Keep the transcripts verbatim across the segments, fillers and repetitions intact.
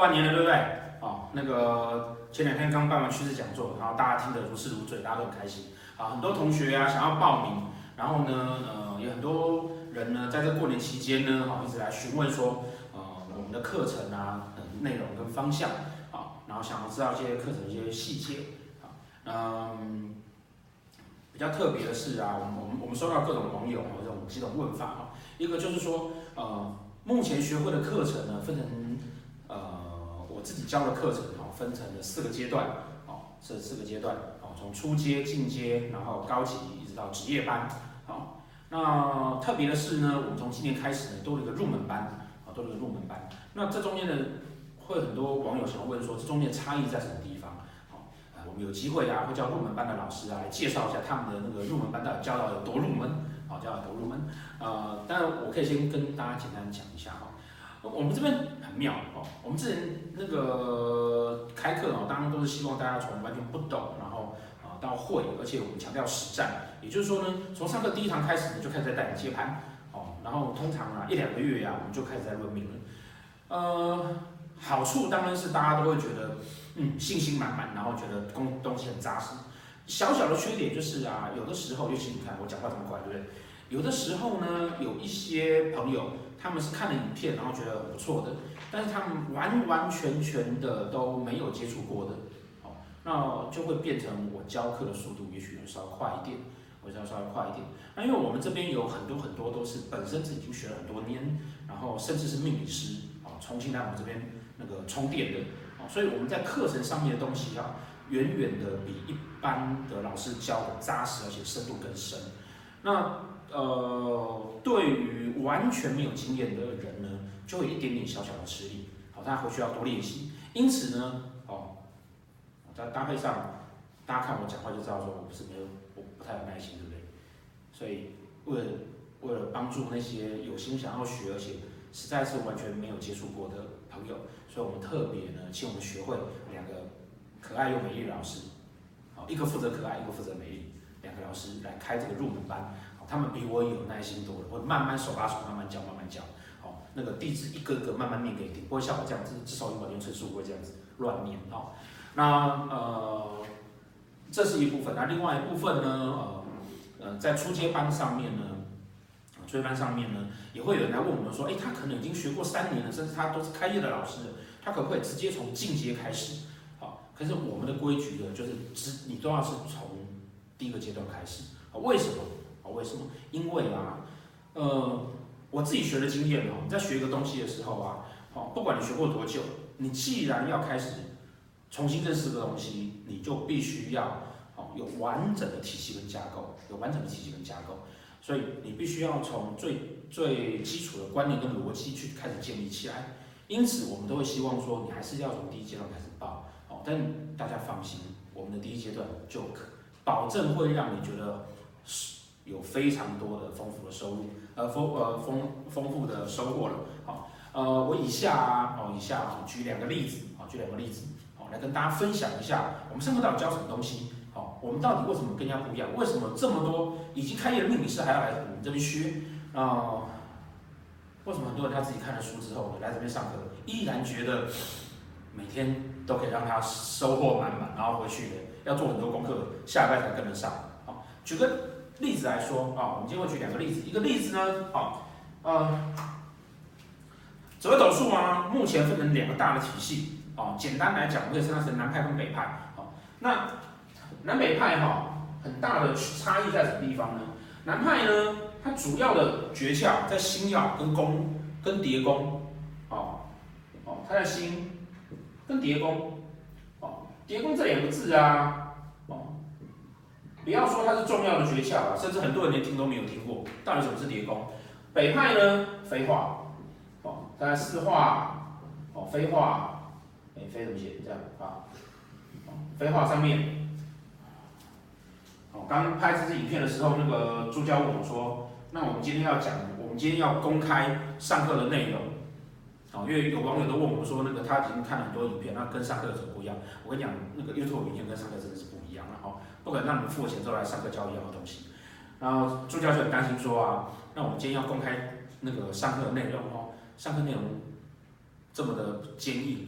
完年了，对不对？哦，那个前两天刚办完趋势讲座，然后大家听得如痴如醉，大家都很开心。啊，很多同学啊想要报名，然后呢，呃，有很多人呢在这过年期间呢，哈、哦，一直来询问说，呃，我们的课程啊，呃、内容跟方向，啊、哦，然后想要知道这些课程一些细节，啊、哦，嗯，比较特别的是啊，我们我们我们收到各种网友啊这种几种问法啊，一个就是说，呃，目前学会的课程呢，分成呃我自己教的课程哈、哦，分成了四个阶段，哦，这四个阶段。从初阶、进阶，然后高级，一直到职业班。好，那特别的是呢，我们从今年开始呢，多了一个入门班，啊，多了一个入门班。那这中间呢，会很多网友想要问说，这中间的差异在什么地方？好，啊，我们有机会啊，会叫入门班的老师啊来介绍一下他们的那个入门班到底教到有多入门，好，教到有多入门。呃，当然我可以先跟大家简单讲一下哈。我们这边很妙哦，我们之前那个开课哦，当然都是希望大家从完全不懂，然后啊到会，而且我们强调实战，也就是说呢，从上课第一堂开始呢，就开始在带你接盘哦，然后通常啊一两个月呀、啊，我们就开始在论命了。呃，好处当然是大家都会觉得嗯信心满满，然后觉得东东西很扎实。小小的缺点就是啊，有的时候，尤其你看我讲话这么快，对不对？有的时候呢，有一些朋友。他们是看了影片，然后觉得很不错的，但是他们完完全全的都没有接触过的，哦，那就会变成我教课的速度也许稍微快一点，我要稍微快一点。那因为我们这边有很多很多都是本身自己已经学了很多年，然后甚至是命理师，哦，重新来我们这边那个充电的，哦，所以我们在课程上面的东西啊，远远的比一般的老师教的扎实，而且深度更深。那呃，对于完全没有经验的人呢，就会有一点点小小的吃力。好，大家回去要多练习。因此呢，哦，再搭配上，大家看我讲话就知道说我不是没有，我不太有耐心，对不对？所以为了为了帮助那些有心想要学，而且实在是完全没有接触过的朋友，所以我们特别呢，请我们学会两个可爱又美丽的老师，好，一个负责可爱，一个负责美丽，两个老师来开这个入门班。他们比我有耐心多了，会慢慢手把手慢慢教，慢慢教。好，那个地址一个个慢慢念给你听，不会像我这样子，至少英文用陈述不会这样子乱念。好，那呃，这是一部分。那另外一部分呢，呃呃，在初阶班上面呢，初阶班上面呢，也会有人来问我们说，哎，他可能已经学过三年了，甚至他都是开业的老师了，他可不可以直接从进阶开始？好，可是我们的规矩呢，就是只你都要是从第一个阶段开始。好，为什么？为什么？因为啊，呃，我自己学的经验哦，你在学一个东西的时候啊，哦，不管你学过多久，你既然要开始重新认识这个东西，你就必须要哦有完整的体系跟架构，有完整的体系跟架构，所以你必须要从最最基础的观念跟逻辑去开始建立起来。因此，我们都会希望说，你还是要从第一阶段开始报，哦，但大家放心，我们的第一阶段就可保证会让你觉得有非常多的丰富的收入，呃丰呃丰丰富的收获了。好，呃，我以下啊，哦以下啊举两个例子，好举两个例子，好来跟大家分享一下我们上课到底教什么东西，好，我们到底为什么跟人家不一样？为什么这么多已经开业的命理师还要来我们这边学？啊、呃，为什么很多人他自己看了书之后来这边上课，依然觉得每天都可以让他收获满满，然后回去要做很多功课，下礼拜才跟得上。好，举个例子来说啊，我们今天会举两个例子。一个例子呢，啊，呃，紫微斗数啊，目前分成两个大的体系啊。简单来讲，我们可以称它成南派跟北派。啊，那南北派哈，很大的差异在什么地方呢？南派呢，它主要的诀窍在星曜跟宫跟叠宫，哦哦，它在星跟叠宫，哦，叠宫这两个字啊。不要说它是重要的诀窍啊，甚至很多人连听都没有听过。到底什么是叠宫？北派呢，飞化，哦，再来四化，哦，飞化，哎，飞怎么写？这样啊，哦，飞化上面，哦，刚拍这支影片的时候，那个助教问我说，那我们今天要讲，我们今天要公开上课的内容，哦，因为有网友都问我们说，那个他已经看了很多影片，那跟上课有什么不一样？我跟你讲，那个 YouTube 影片跟上课真的是不一样，然后。不可能让你们付了钱之后来上课教一样的东西，然后助教就很担心说啊，那我们今天要公开那个上课的内容哦，上课内容这么的坚毅，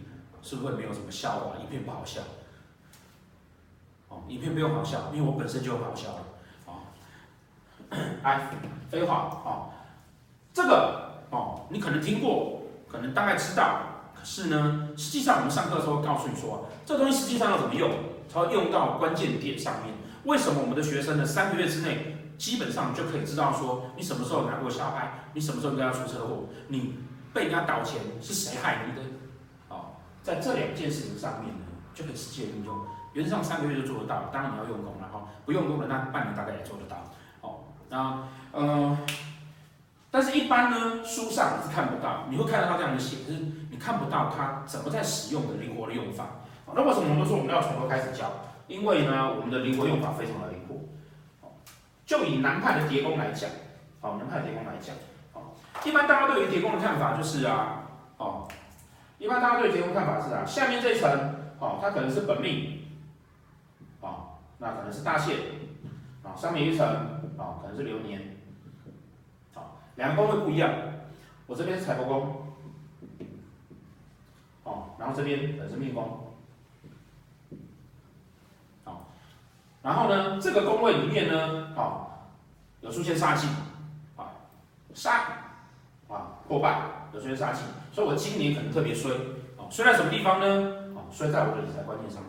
是不是会没有什么笑话，一片不好笑？哦，影片不用好笑，因为我本身就很好笑了。哦，来，废话哦，这个哦，你可能听过，可能大概知道，可是呢，实际上我们上课的时候会告诉你说，这东西实际上要怎么用，才会用到关键点上面。为什么我们的学生呢，三个月之内基本上就可以知道说，你什么时候拿过下拍，你什么时候应该要出车祸，你被人家倒钱是谁害你的？哦，在这两件事情上面呢，就可以实际的应用。原则上三个月就做得到，当然你要用功，然后不用功的那半年大概也做得到。哦，那呃，但是一般呢，书上是看不到，你会看到他这样的写，可是你看不到他怎么在使用的灵活的用法。哦，那为什么我们都说我们要从头开始教？因为呢，我们的灵活用法非常的灵活。哦，就以南派的叠功来讲，哦，南派的叠功来讲，哦，一般大家对于叠功的看法就是啊，哦，一般大家对于叠功看法是啊，下面这一层，哦，它可能是本命。哦，那可能是大限，啊、哦，上面一层，啊、哦，可能是流年，好、哦，两个宫位不一样，我这边是财帛宫，哦，然后这边可能是命宫，好、哦，然后呢，这个宫位里面呢，哦，有出现煞气，啊、哦，煞，啊，破败，有出现煞气，所以我今年可能特别衰，哦，衰在什么地方呢？哦，衰在我的理财观念上面。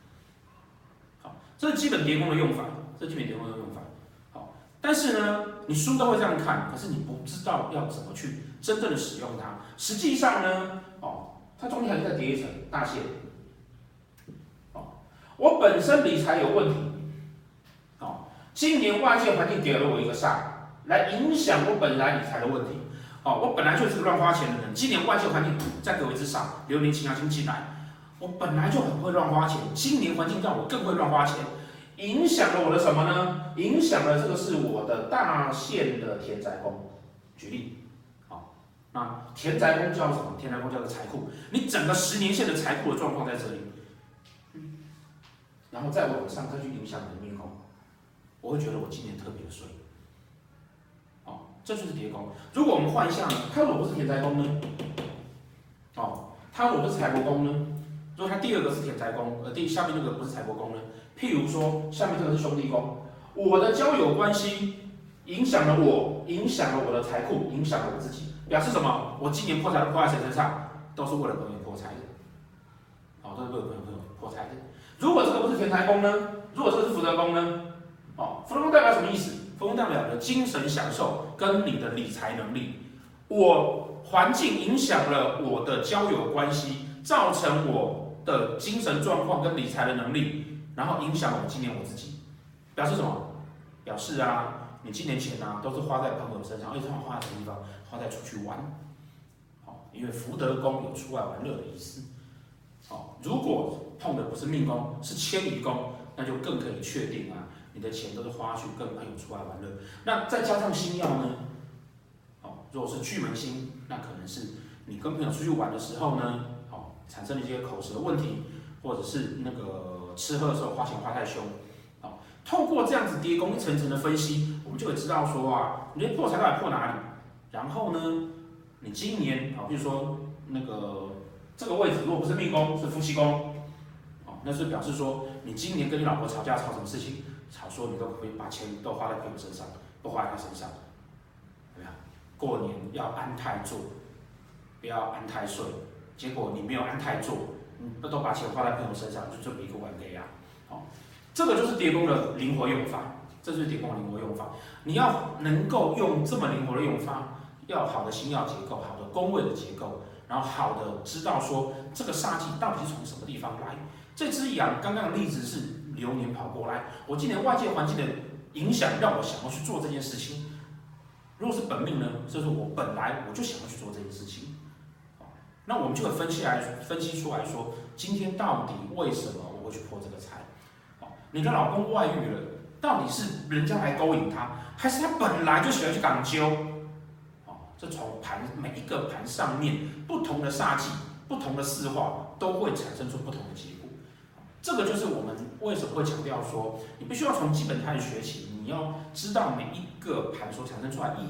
这是基本叠功的用法，这是基本叠功的用法。好，但是呢，你书都会这样看，可是你不知道要怎么去真正的使用它。实际上呢，哦，它中间还再叠一层大限。哦，我本身理财有问题，哦，今年外界环境给了我一个煞，来影响我本来理财的问题。哦，我本来就是个乱花钱的人，今年外界环境再给我一只煞，流年擎羊星进来。我本来就很会乱花钱，今年环境让我更会乱花钱，影响了我的什么呢？影响了这个是我的大限的田宅宫。举例，好，那田宅宫叫什么？田宅宫叫做财库，你整个十年线的财库的状况在这里，嗯，然后再往上再去影响你的命宫，我会觉得我今年特别的衰。哦，这就是叠宫。如果我们换一下呢？它如果不是田宅宫呢？哦，它如果不是财帛宫呢？如果它第二个是田宅宫，而第下面那个不是财帛宫呢？譬如说，下面这个是兄弟宫，我的交友关系影响了我，影响了我的财库，影响了我自己，表示什么？我今年破财都破在谁身上？都是为了朋友破财的，哦，都是为了朋友破财的。如果这个不是田财宫呢？如果这个是福德宫呢？哦，福德宫代表什么意思？福德宫代表了精神享受跟你的理财能力。我环境影响了我的交友关系，造成我的精神状况跟理财的能力，然后影响我今年我自己，表示什么？表示啊，你今年钱啊都是花在朋友身上，而且花在什么地方？花在出去玩。好，因为福德宫有出外玩乐的意思。好，如果碰的不是命宫，是迁移宫，那就更可以确定啊，你的钱都是花去跟朋友出外玩乐。那再加上星曜呢？好，如果是巨门星，那可能是你跟朋友出去玩的时候呢？产生了一些口舌问题，或者是那个吃喝的时候花钱花太凶，好，透过这样子叠宫一层层的分析，我们就会知道说啊，你的破财到底破哪里？然后呢，你今年啊，比如说那个这个位置如果不是命宫，是夫妻宫，哦，那是表示说你今年跟你老婆吵架吵什么事情？吵说你都可以把钱都花在朋友身上，不花在他身上，对吧？过年要安泰做，不要安泰岁。结果你没有安泰做，你都把钱花在朋友身上，就这么一个完美啊！好，这个就是叠宫的灵活用法，这就是叠宫的灵活用法。你要能够用这么灵活的用法，要好的星曜结构，好的宫位的结构，然后好的知道说这个煞气到底是从什么地方来。这只羊刚刚的例子是流年跑过来，我今年外界环境的影响让我想要去做这件事情。如果是本命呢，就是我本来我就想要去做这件事情。那我们就会分析来分析出来说，今天到底为什么我会去破这个财？哦，你的老公外遇了，到底是人家来勾引他，还是他本来就喜欢去港揪？哦，这从盘每一个盘上面不同的煞气、不同的四化，都会产生出不同的结果。这个就是我们为什么会强调说，你必须要从基本开始学起，你要知道每一个盘所产生出来的意义。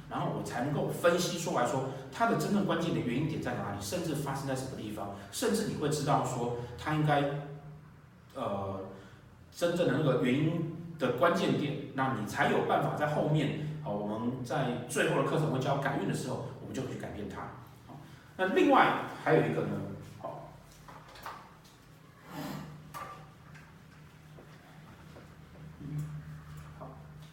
然后我才能够分析出来说它的真正关键的原因点在哪里，甚至发生在什么地方，甚至你会知道说它应该呃真正的那个原因的关键点，那你才有办法在后面好，我们在最后的课程会教改运的时候，我们就可以去改变它。好，那另外还有一个呢，好，好，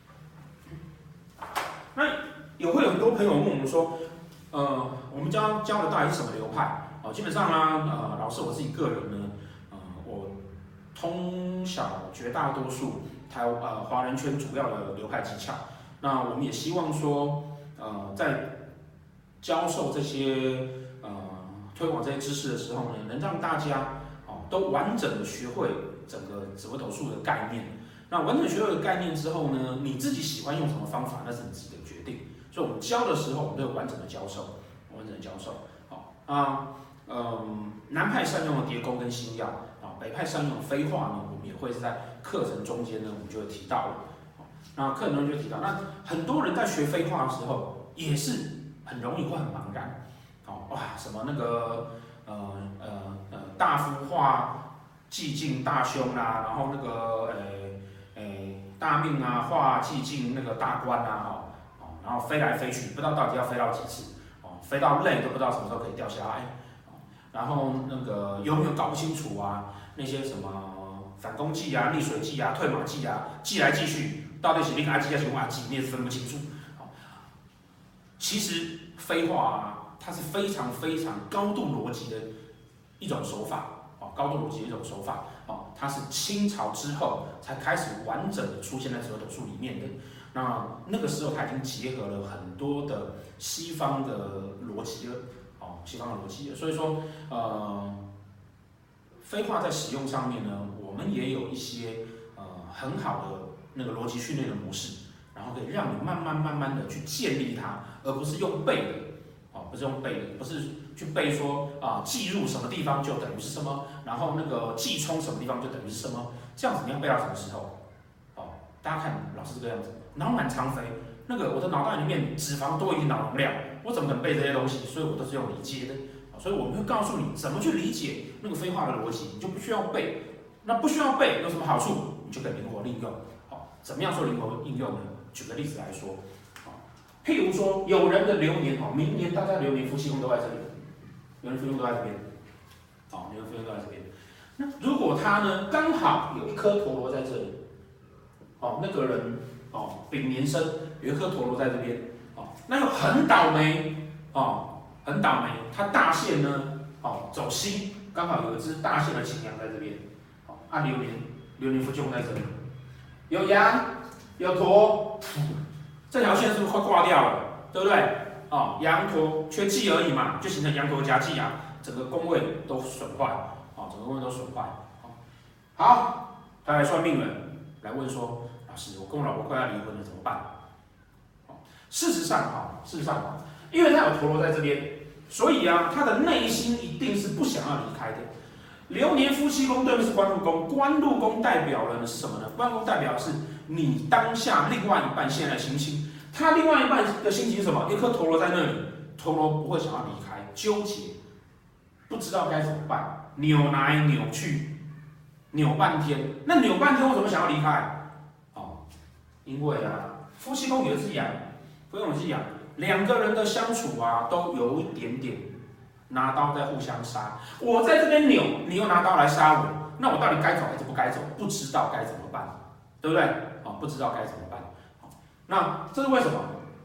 那也会有很多朋友问我们说，呃，我们教教的到底是什么流派？哦，基本上呢，呃，老师我自己个人呢，呃，我通晓绝大多数台呃华人圈主要的流派技巧。那我们也希望说，呃，在教授这些呃推广这些知识的时候呢，能让大家哦都完整的学会整个紫微斗数的概念。那完整学会的概念之后呢，你自己喜欢用什么方法，那是你自己的决定。所以我们教的时候，我们都有完整的教授，完整的教授。好啊，嗯，南派善用的叠宫跟星耀啊，北派善用的飞化呢，我们也会是在课程中间呢，我们就会提到了。那课程中就提到，那很多人在学飞化的时候，也是很容易会很茫然，哦哇，什么那个呃呃呃大夫化寂静大凶啊，然后那个呃呃大命啊化寂静那个大官啊，哦哦，然后飞来飞去，不知道到底要飞到几次，哦，飞到累都不知道什么时候可以掉下来，哦，然后那个永远搞不清楚啊，那些什么反攻计啊、逆水计啊、退马计啊，计来计去。到底是令阿基还是用阿基，你也是分不清楚。其实飞化啊，它是非常非常高度逻辑的一种手法，哦，高度逻辑的一种手法，哦，它是清朝之后才开始完整的出现在紫微斗数里面的。那那个时候，它已经结合了很多的西方的逻辑了，哦，西方的逻辑了。所以说，呃，飞化在使用上面呢，我们也有一些呃很好的那个逻辑训练的模式，然后可以让你慢慢慢慢的去建立它，而不是用背的，哦，不是用背的，不是去背说啊，计入什么地方就等于是什么，然后那个计冲什么地方就等于是什么，这样子你要背到什么时候？哦，大家看老师这个样子，脑满肠肥，那个我的脑袋里面脂肪多于脑容量，我怎么可能背这些东西？所以我都是用理解的，所以我们会告诉你怎么去理解那个飞化的逻辑，你就不需要背。那不需要背有什么好处？你就可以灵活利用。怎么样做灵活应用呢？举个例子来说，譬如说有人的流年，明年大家流年夫妻宫都在这里，流年夫妻宫都在这边，好，流年夫妻宫都在这边。那如果他呢刚好有一颗陀螺在这里，哦，那个人哦丙年生有一颗陀螺在这边，哦，那又很倒霉，哦，很倒霉，他大限呢，哦走西，刚好有一只大限的擎羊在这边，哦，按流年流年夫妻宫在这里。有羊，有驼，这条线是不是快挂掉了？对不对？哦，羊驼缺忌而已嘛，就形成羊驼夹忌啊，整个宫位都损坏，哦，整个宫位都损坏。好，他来算命了，来问说，老师，我跟我老婆快要离婚了，怎么办？事实上，哈，事实上，哈，因为他有陀螺在这边，所以啊，他的内心一定是不想要离开的。流年夫妻宫对面是官禄宫，官禄宫代表了是什么呢？官禄宫代表的是你当下另外一半现在的心情，他另外一半的心情是什么？一颗陀螺在那里，陀螺不会想要离开，纠结，不知道该怎么办，扭来扭去，扭半天。那扭半天，为什么想要离开？哦，因为啊，夫妻宫有一只羊，夫妻宫有一只羊，两个人的相处啊，都有一点点。拿刀在互相杀，我在这边扭，你又拿刀来杀我，那我到底该走还是不该走？不知道该怎么办，对不对？哦，不知道该怎么办。那这是为什么？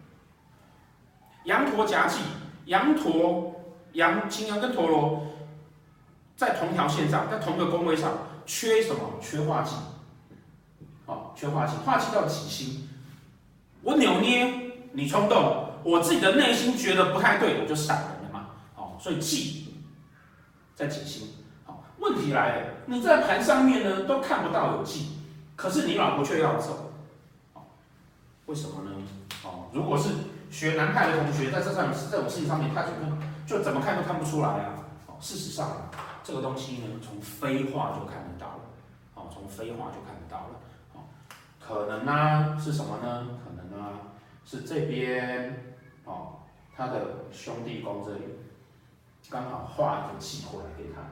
羊驼夹忌，羊驼、羊、擎羊跟陀螺在同条线上，在同一个宫位上，缺什么？缺化忌。哦，缺化忌，化忌到己辛。我扭捏，你冲动，我自己的内心觉得不太对，我就闪了。所以忌在己辛，好，问题来了，你在盘上面呢都看不到有忌，可是你老婆却要走，为什么呢？哦，如果是学南派的同学，在这上这种事情上面，他就就怎么看都看不出来啊。哦，事实上啊，这个东西呢，从飞化就看得到了，哦，从飞化就看得到了，哦，可能呢是什么呢？可能呢是这边哦，他的兄弟宫这里刚好画一个记过来给他。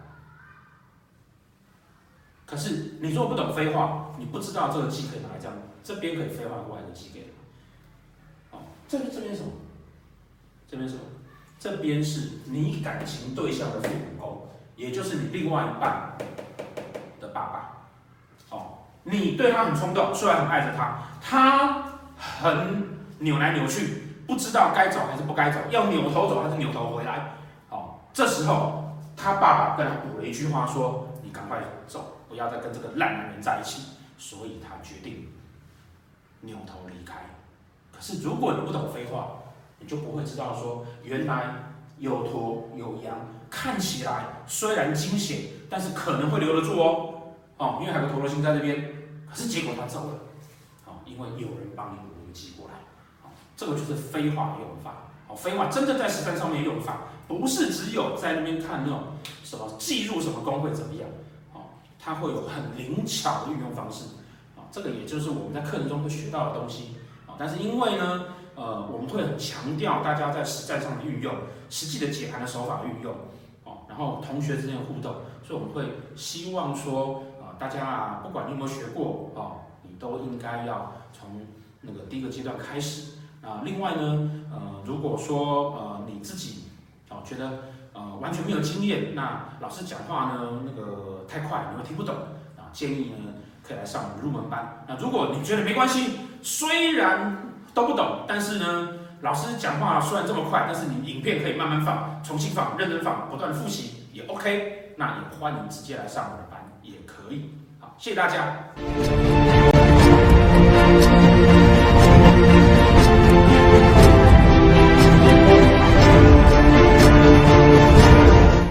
可是你如果不懂飞画，你不知道这个记可以拿来这样，这边可以飞画过来的记给他。哦，这边这边什么？这边什么？这边是你感情对象的父母宫，也就是你另外一半的爸爸。哦，你对他很冲动，虽然很爱着他，他很扭来扭去，不知道该走还是不该走，要扭头走还是扭头回来。哦，这时候他爸爸跟他补了一句话说：“你赶快走，不要再跟这个烂男人在一起。”所以他决定扭头离开。可是如果你不懂飞画，你就不会知道说，原来有驼有羊，看起来虽然惊险，但是可能会留得住哦。哦，因为还有个陀罗星在这边，可是结果他走了。哦，因为有人帮你补一个记过来。哦，这个就是飞画的用法。哦，飞画真正在实战上面的用法，不是只有在那边看那种什么记入什么宫会怎么样。哦，它会有很灵巧的运用方式。哦，这个也就是我们在课程中会学到的东西。哦，但是因为呢，呃，我们会很强调大家在实战上的运用，实际的解盘的手法运用，哦，然后同学之间的互动，所以我们会希望说，呃，大家啊，不管你有没有学过，哦，你都应该要从那个第一个阶段开始。啊，另外呢，呃，如果说呃你自己哦觉得呃完全没有经验，那老师讲话呢那个太快，你会听不懂啊，建议呢可以来上我们入门班。那如果你觉得没关系，虽然都不懂，但是呢，老师讲话虽然这么快，但是你影片可以慢慢放、重新放、认真放、不断复习也 OK。那也欢迎直接来上我的班，也可以。好，谢谢大家。